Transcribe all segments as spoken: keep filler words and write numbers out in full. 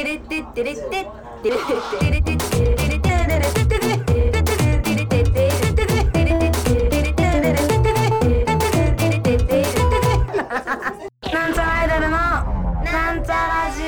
なんちゃらアイドルのなんちゃラジ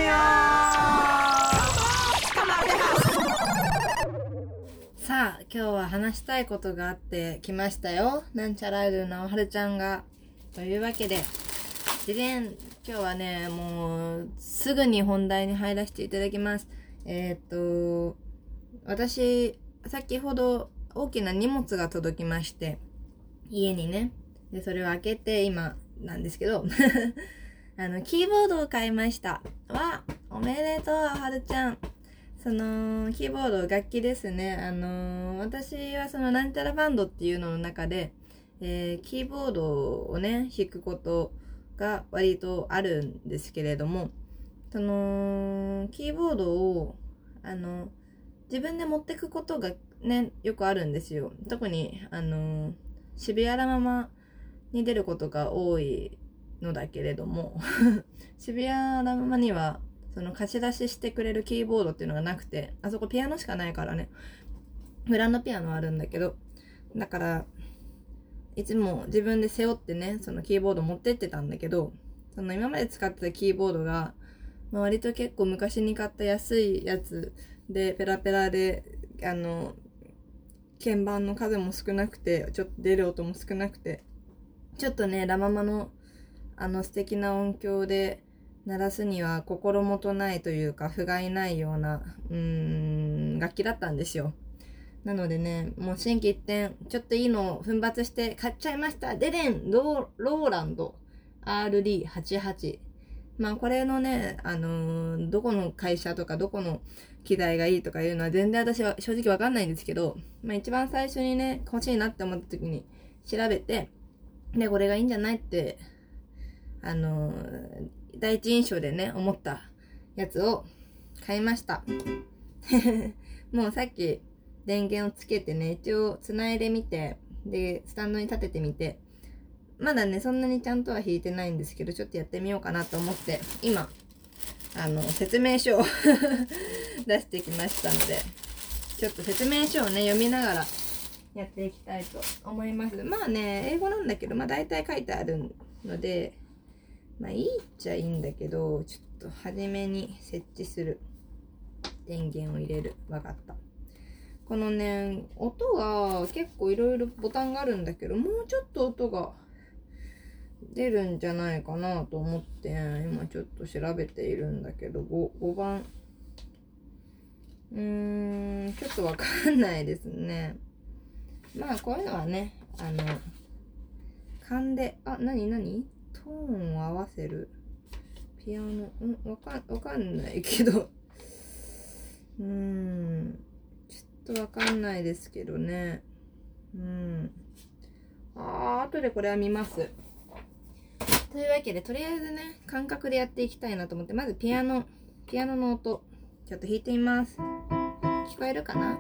オ。さあ今日は話したいことがあってきましたよ。なんちゃらアイドルのおはるちゃんが。というわけでででん、今日はねもうすぐに本題に入らせていただきます。えー、っと私先ほど大きな荷物が届きまして、家にね。でそれを開けて今なんですけどあのキーボードを買いました。わ、おめでとうはるちゃん。そのキーボード楽器ですね。あの私はそのなんちゃらバンドっていうのの中で、えー、キーボードをね弾くことが割とあるんですけれども、そのキーボードをあの自分で持ってくことがねよくあるんですよ。特にあの渋谷ラママに出ることが多いのだけれども渋谷ラママにはその貸し出ししてくれるキーボードっていうのがなくて、あそこピアノしかないからね、グランドピアノはあるんだけど、だからいつも自分で背負ってねそのキーボード持ってってたんだけど、その今まで使ってたキーボードが、まあ、割と結構昔に買った安いやつでペラペラで、あの鍵盤の数も少なくて、ちょっと出る音も少なくて、ちょっとねラママのあの素敵な音響で鳴らすには心もとないというか不甲斐ないようなうーん楽器だったんですよ。なのでね、もう心機一転ちょっといいのを奮発して買っちゃいました。ででん、ローローランド アールディーはちじゅうはち。まあこれのね、あのー、どこの会社とかどこの機材がいいとかいうのは全然私は正直わかんないんですけど、まあ一番最初にね欲しいなって思った時に調べて、でこれがいいんじゃないってあのー、第一印象でね思ったやつを買いましたもうさっき電源をつけてね一応つないでみて、でスタンドに立ててみて、まだねそんなにちゃんとは弾いてないんですけど、ちょっとやってみようかなと思って今あの説明書を出してきましたので、ちょっと説明書をね読みながらやっていきたいと思います。まあね英語なんだけど、まあ大体書いてあるのでまあいいっちゃいいんだけど、ちょっと初めに設置する、電源を入れる、わかった。このね音が結構いろいろボタンがあるんだけど、もうちょっと音が出るんじゃないかなと思って今ちょっと調べているんだけど、 5, 5番うーんちょっとわかんないですね。まあこういうのはねあの勘で、あ、なになにトーンを合わせるピアノ、んわかん、わかんないけどうーんちょっとわかんないですけどね。うんあー後でこれは見ます。というわけでとりあえずね感覚でやっていきたいなと思って、まずピアノピアノの音ちょっと弾いてみます。聞こえるかな。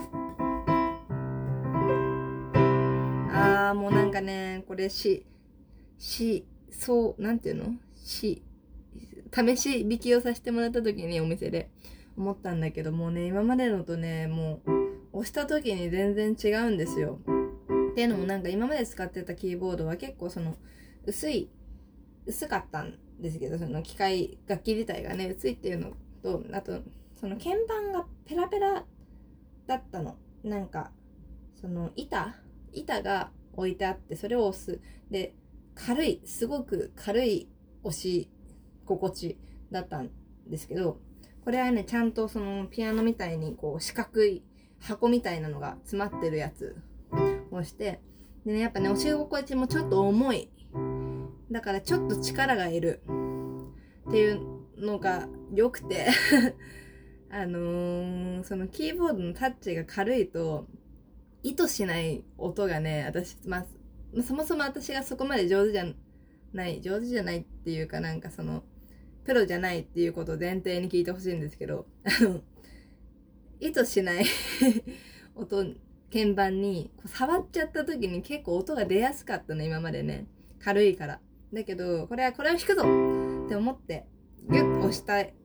あーもうなんかねこれししそうなんていうのし試し弾きをさせてもらった時にお店で思ったんだけど、もうね今までのとねもう押した時に全然違うんですよ。っていうのもなんか今まで使ってたキーボードは結構その薄い薄かったんですけど、その機械楽器自体がね薄いっていうのと、あとその鍵盤がペラペラだったの。なんかその板板が置いてあってそれを押すで軽い、すごく軽い押し心地だったんですけど、これはねちゃんとそのピアノみたいにこう四角い箱みたいなのが詰まってるやつをして、でねやっぱね押し心地もちょっと重い、だからちょっと力がいるっていうのが良くてあのー、そのキーボードのタッチが軽いと意図しない音がね、私、まあ、そもそも私がそこまで上手じゃない上手じゃないっていうか、なんかそのプロじゃないっていうことを前提に聞いてほしいんですけど、あの意図しない音鍵盤にこう触っちゃった時に結構音が出やすかったの今までね、軽いから。だけどこれはこれを弾くぞって思ってギュッと押した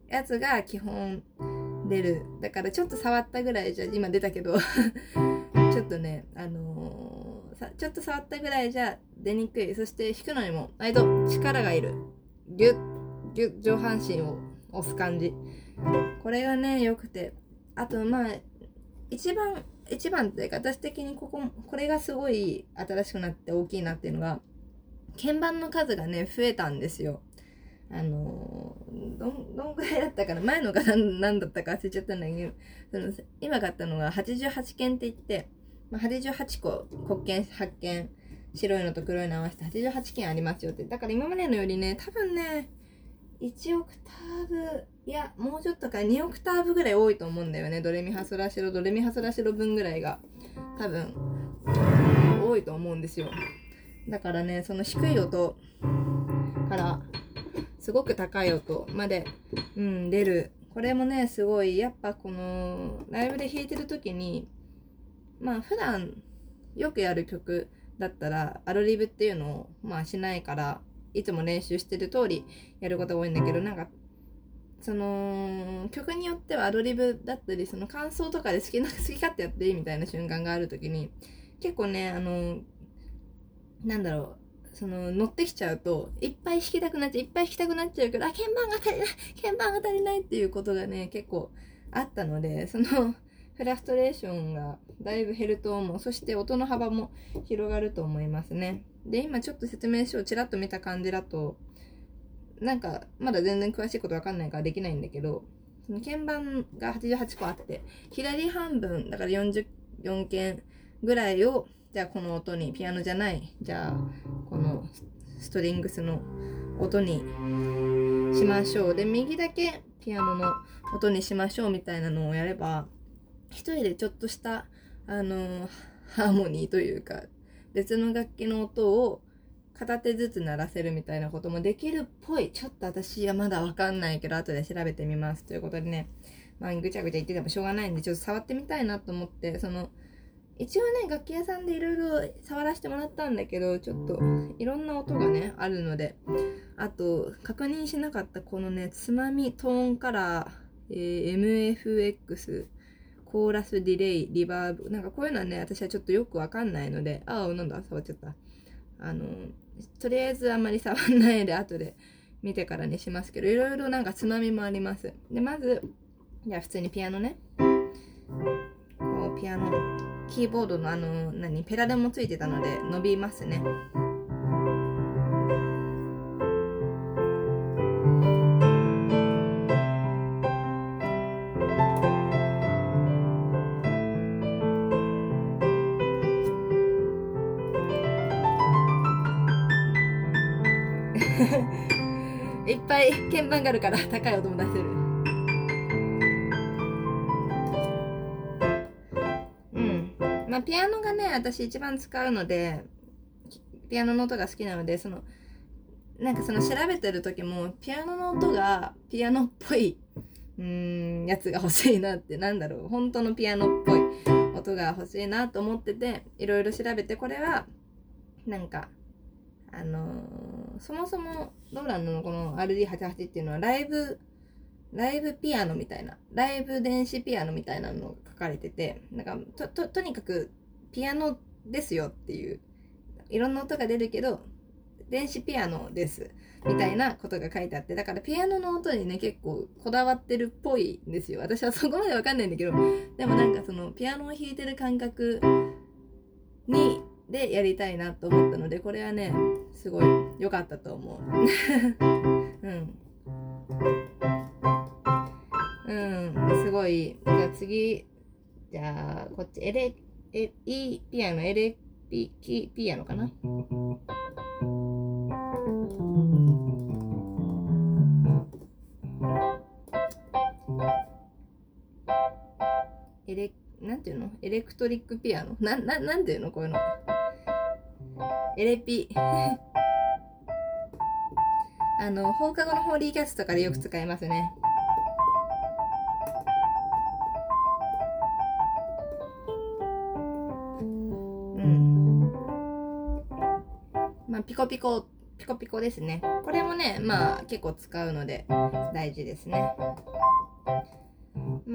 やつが基本出る。だからちょっと触ったぐらいじゃ、今出たけどちょっとね、あのー、さちょっと触ったぐらいじゃ出にくい。そして弾くのにも割と力がいる。ギュッギュッ上半身を押す感じ。これがね良くて、あとまあ一番一番っていうか私的にこここれがすごい新しくなって大きいなっていうのが、鍵盤の数がね増えたんですよ。あのー、どん、どんぐらいだったかな、前のが何、何だったか忘れちゃったんだけど、その、今買ったのがはちじゅうはちけんって言って、まあ、はちじゅうはちこ、黒鍵、白鍵、白いのと黒いの合わせてはちじゅうはちけんありますよって。だから今までのよりね、多分ね、いちオクターブ、いや、もうちょっとかにオクターブぐらい多いと思うんだよね。ドレミファソラシド、ドレミファソラシド分ぐらいが、多分、多いと思うんですよ。だからね、その低い音から、すごく高い音まで、うん、出る。これもね、すごい、やっぱこの、ライブで弾いてる時に、まあ普段よくやる曲だったら、アドリブっていうのを、まあしないから、いつも練習してる通りやることが多いんだけど、なんか、その、曲によってはアドリブだったり、その感想とかで好きな、好き勝手やっていいみたいな瞬間がある時に、結構ね、あの、なんだろう、その乗ってきちゃうといっぱい弾きたくなっちゃういっぱい弾きたくなっちゃうけど、あ、鍵盤が足りない鍵盤が足りないっていうことがね結構あったので、そのフラストレーションがだいぶ減ると思う。そして音の幅も広がると思いますね。で、今ちょっと説明書をちらっと見た感じだと、なんかまだ全然詳しいことわかんないからできないんだけど、その鍵盤がはちじゅうはちこあって、左半分だからよんじゅうよんけんぐらいを、じゃあこの音に、ピアノじゃない、じゃあこのストリングスの音にしましょう。で、右だけピアノの音にしましょうみたいなのをやれば、一人でちょっとしたあのハーモニーというか別の楽器の音を片手ずつ鳴らせるみたいなこともできるっぽい。ちょっと私はまだわかんないけど後で調べてみますということでね、まあぐちゃぐちゃ言っててもしょうがないんで、ちょっと触ってみたいなと思って、その一応ね楽器屋さんでいろいろ触らせてもらったんだけど、ちょっといろんな音がねあるので、あと確認しなかったこのねつまみトーンカラー、えー、エムエフエックス コーラスディレイリバーブ、なんかこういうのはね私はちょっとよくわかんないので、ああなんだ触っちゃった、あのとりあえずあんまり触んないで後で見てからにしますけど、いろいろなんかつまみもあります。でまずじゃあ普通にピアノね、こうピアノキーボードのあの何ペダルもついてたので伸びますね。いっぱい鍵盤があるから高い音も出せる。まあ、ピアノがね私一番使うので、ピアノの音が好きなので、そのなんかその調べてる時もピアノの音がピアノっぽいうーんやつが欲しいなって、なんだろう本当のピアノっぽい音が欲しいなと思ってて、いろいろ調べて、これはなんかあのー、そもそもローランドのこの アールディーはちじゅうはち っていうのはライブライブピアノみたいな、ライブ電子ピアノみたいなのが書かれてて、なんか と, と, とにかくピアノですよっていう、いろんな音が出るけど電子ピアノですみたいなことが書いてあって、だからピアノの音にね結構こだわってるっぽいんですよ。私はそこまでわかんないんだけど、でもなんかそのピアノを弾いてる感覚にでやりたいなと思ったので、これはねすごい良かったと思ううんうん、すごい。じゃあ次、じゃあこっちエレエ E ピアノ、エレピキピアノかな。エレなんていうの？エレクトリックピアノ？なななんていうのこういうの？エレピあの放課後のホーリーキャストとかでよく使いますね。まあ、ピコピコピコピコですね。これもねまあ結構使うので大事ですね。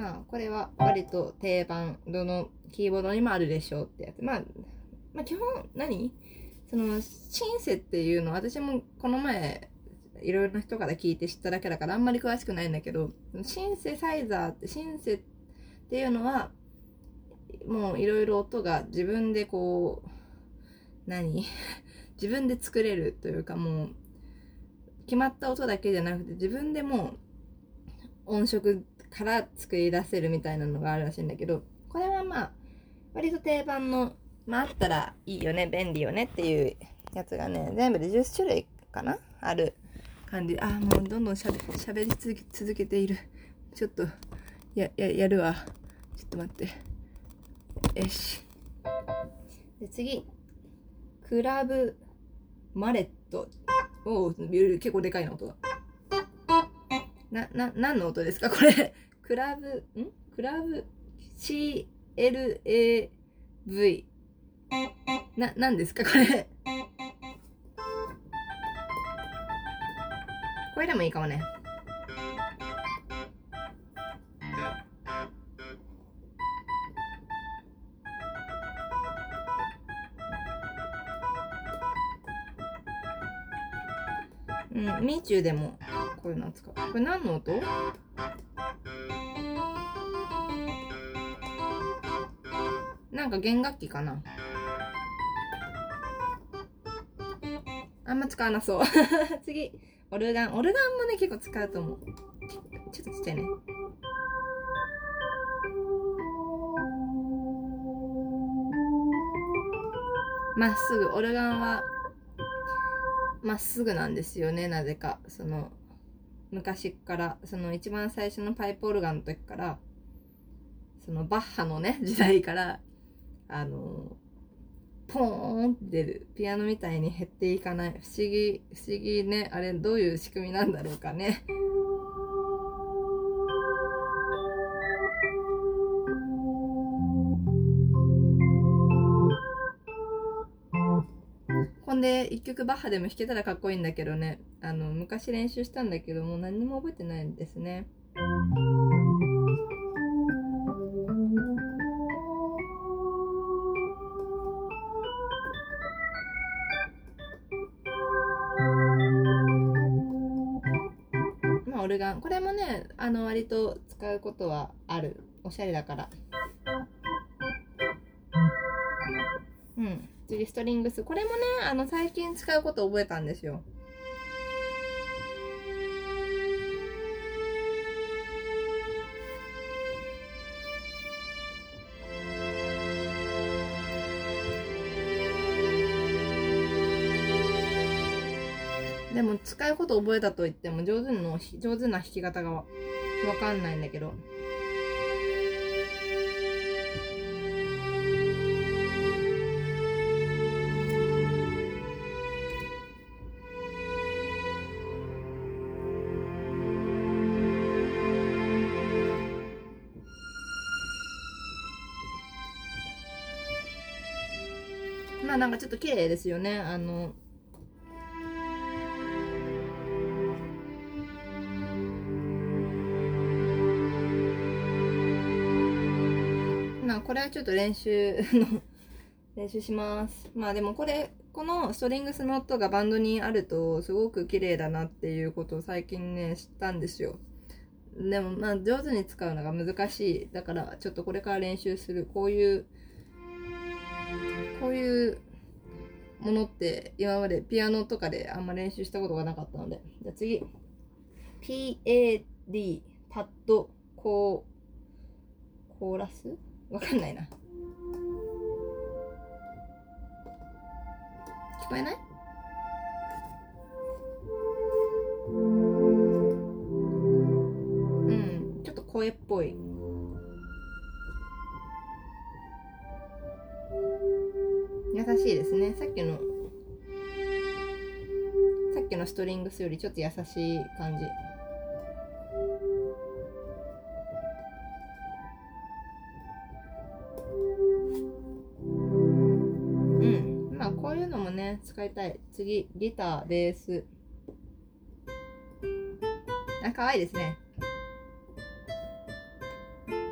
まあこれは割と定番、どのキーボードにもあるでしょうってやつ。まあ、まあ基本何そのシンセっていうのは私もこの前いろいろな人から聞いて知っただけだからあんまり詳しくないんだけど、シンセサイザーってシンセっていうのはもういろいろ音が自分でこう何自分で作れるというか、もう決まった音だけじゃなくて自分でもう音色から作り出せるみたいなのがあるらしいんだけど、これはまあ割と定番の、まああったらいいよね、便利よねっていうやつがね、全部でじゅっしゅるいかなある感じ。あーもうどんどんしゃべしゃべり続け続けている。ちょっとやややるわ。ちょっと待って。よし。で次、クラブマレット。おお、結構でかいな音が。な、な、何の音ですかこれ。クラブ、んクラブ シーエルエーブイ。な、何ですかこれ。これでもいいかもね。うん、ミーチューでもこういうの使う。これ何の音？なんか弦楽器かな。あんま使わなそう次、オルガン。オルガンもね結構使うと思う。ちょっとちっちゃいね。まっすぐ。オルガンはまっすぐなんですよね、なぜか。その昔から、その一番最初のパイプオルガンの時から、そのバッハのね時代から、あのポーンって出る、ピアノみたいに減っていかない。不思議不思議ね。あれどういう仕組みなんだろうかね。ほんで一曲バッハでも弾けたらかっこいいんだけどね。あの昔練習したんだけどもう何も覚えてないんですね。まあオルガン、これもねあの割と使うことはある。おしゃれだから。うん。次ストリングス。これもねあの最近使うこと覚えたんですよ。でも使うこと覚えたといっても上手の上手な弾き方がわかんないんだけど。まあなんかちょっと綺麗ですよね。あのまあこれはちょっと練習の練習します。まあでもこれこのストリングスの音がバンドにあるとすごく綺麗だなっていうことを最近ね知ったんですよ。でもまあ上手に使うのが難しい。だからちょっとこれから練習する。こういうこういうものって今までピアノとかであんま練習したことがなかったので。じゃあ次 ピーエーディー パッドコーコーラスわかんないな。聞こえない？うん、ちょっと声っぽい。優しいですね。さっきのさっきのストリングスよりちょっと優しい感じ。うん、まあこういうのもね使いたい。次ギター、ベース。あ、可愛いですね。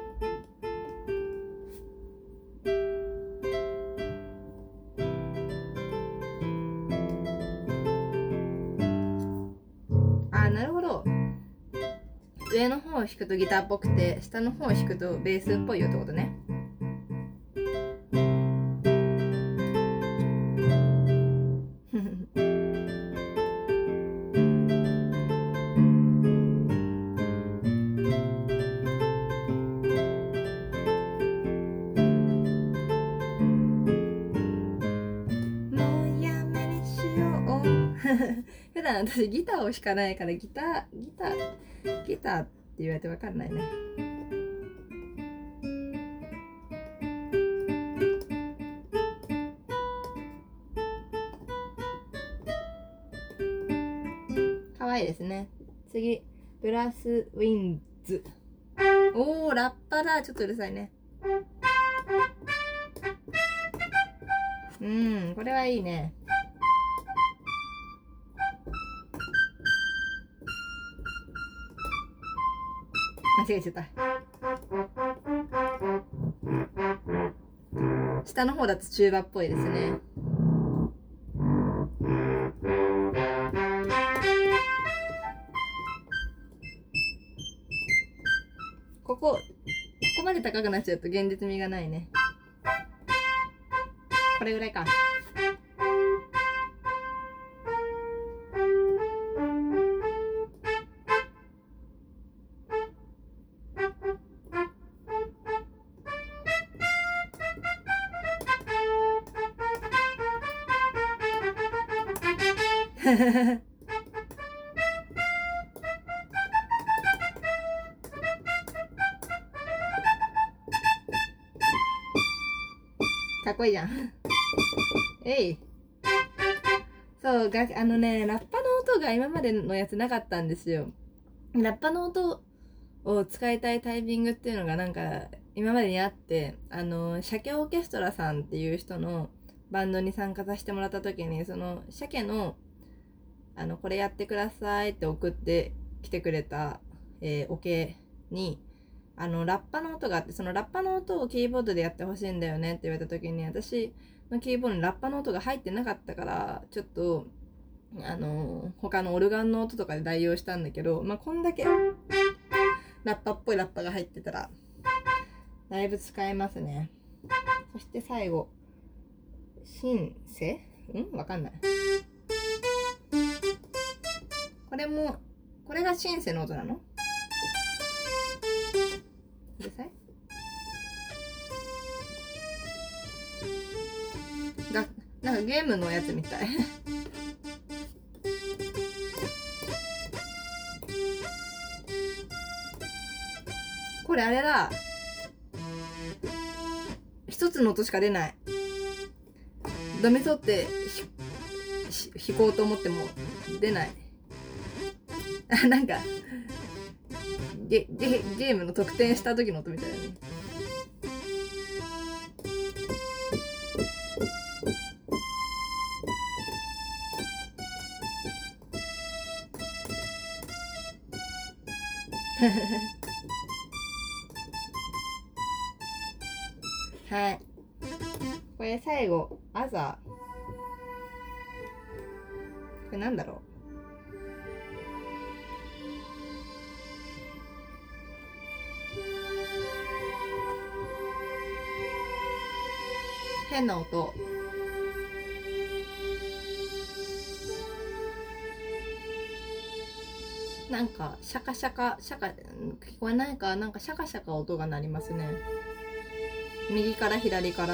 上の方を弾くとギターっぽくて、下の方を弾くとベースっぽいよってことね。普段私ギターを弾かないからギターギターギターって言われて分かんないね。かわいいですね。次ブラスウィンズ。おーラッパだ。ちょっとうるさいね。うんこれはいいね。間違えちゃった。下の方だとチューバっぽいですね。ここここまで高くなっちゃうと現実味がないね。これぐらいか。かっこいいじゃん。えい。そうがあのねラッパの音が今までのやつなかったんですよ。ラッパの音を使いたいタイミングっていうのがなんか今までにあって、あの鮭オーケストラさんっていう人のバンドに参加させてもらった時に、その鮭のあのこれやってくださいって送ってきてくれた、えー、オケにあのラッパの音があって、そのラッパの音をキーボードでやってほしいんだよねって言われた時に、私のキーボードにラッパの音が入ってなかったから、ちょっとあの他のオルガンの音とかで代用したんだけど、まあこんだけラッパっぽいラッパが入ってたらだいぶ使えますね。そして最後シンセんわかんない。これもこれがシンセの音なの？うるさい？がなんかゲームのやつみたい。これあれだ。一つの音しか出ない。ドミソって弾こうと思っても出ない。あ、なんかゲゲゲームの得点した時の音みたいだね。はい。これ最後、アザー。これなんだろう。変な音。なんかシャカシャカシャカ聞こえないか、なんかシャカシャカ音が鳴りますね。右から左から。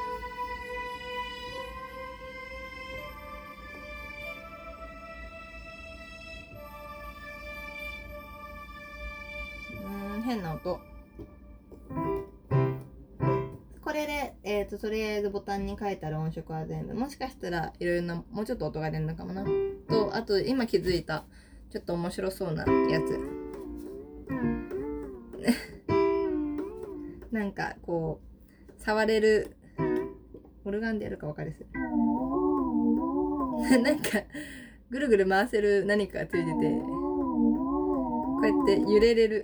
うん、変な音。これで、えーと、とりあえずボタンに書いてある音色は全部。もしかしたらいろいろな、もうちょっと音が出るのかもな。と、あと今気づいた、ちょっと面白そうなやつ。なんかこう、触れる、オルガンでやるか分かりやすい。なんか、ぐるぐる回せる何かがついてて、こうやって揺れれる。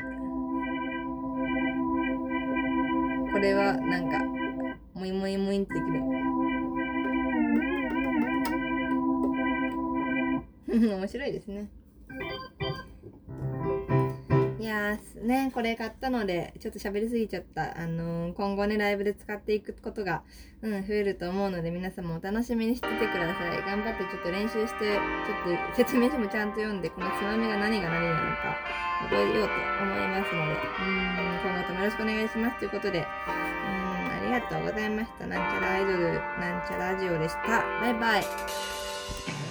これはなんか、もいもいもいってできる。面白いですね。 いやーね、これ買ったので、ちょっと喋りすぎちゃった。あのー、今後ね、ライブで使っていくことが、うん、増えると思うので、皆さんもお楽しみにしててください。頑張ってちょっと練習して、ちょっと説明書もちゃんと読んで、このつまみが何が何なのか、覚えようと思いますので、うん、今後ともよろしくお願いします。ということで、うん、ありがとうございました。なんちゃらアイドル、なんちゃらラジオでした。バイバイ。